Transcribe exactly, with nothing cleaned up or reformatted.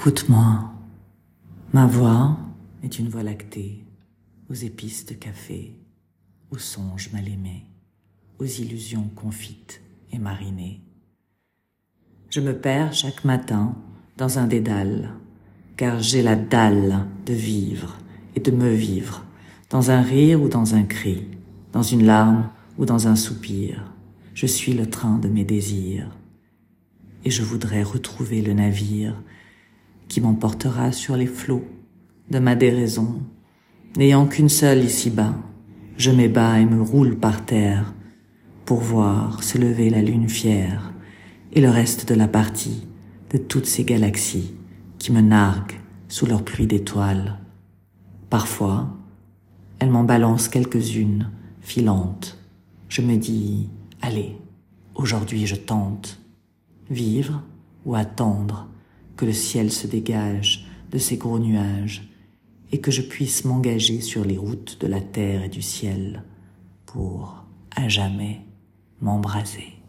Écoute-moi, ma voix est une voie lactée, aux épices de café, aux songes mal aimés, aux illusions confites et marinées. Je me perds chaque matin dans un dédale, car j'ai la dalle de vivre et de me vivre, dans un rire ou dans un cri, dans une larme ou dans un soupir. Je suis le train de mes désirs, et je voudrais retrouver le navire qui m'emportera sur les flots de ma déraison. N'ayant qu'une seule ici-bas, je m'ébats et me roule par terre pour voir se lever la lune fière et le reste de la partie de toutes ces galaxies qui me narguent sous leur pluie d'étoiles. Parfois, elles m'en balancent quelques-unes, filantes. Je me dis, allez, aujourd'hui je tente. Vivre ou attendre que le ciel se dégage de ces gros nuages et que je puisse m'engager sur les routes de la terre et du ciel pour, à jamais, m'embraser.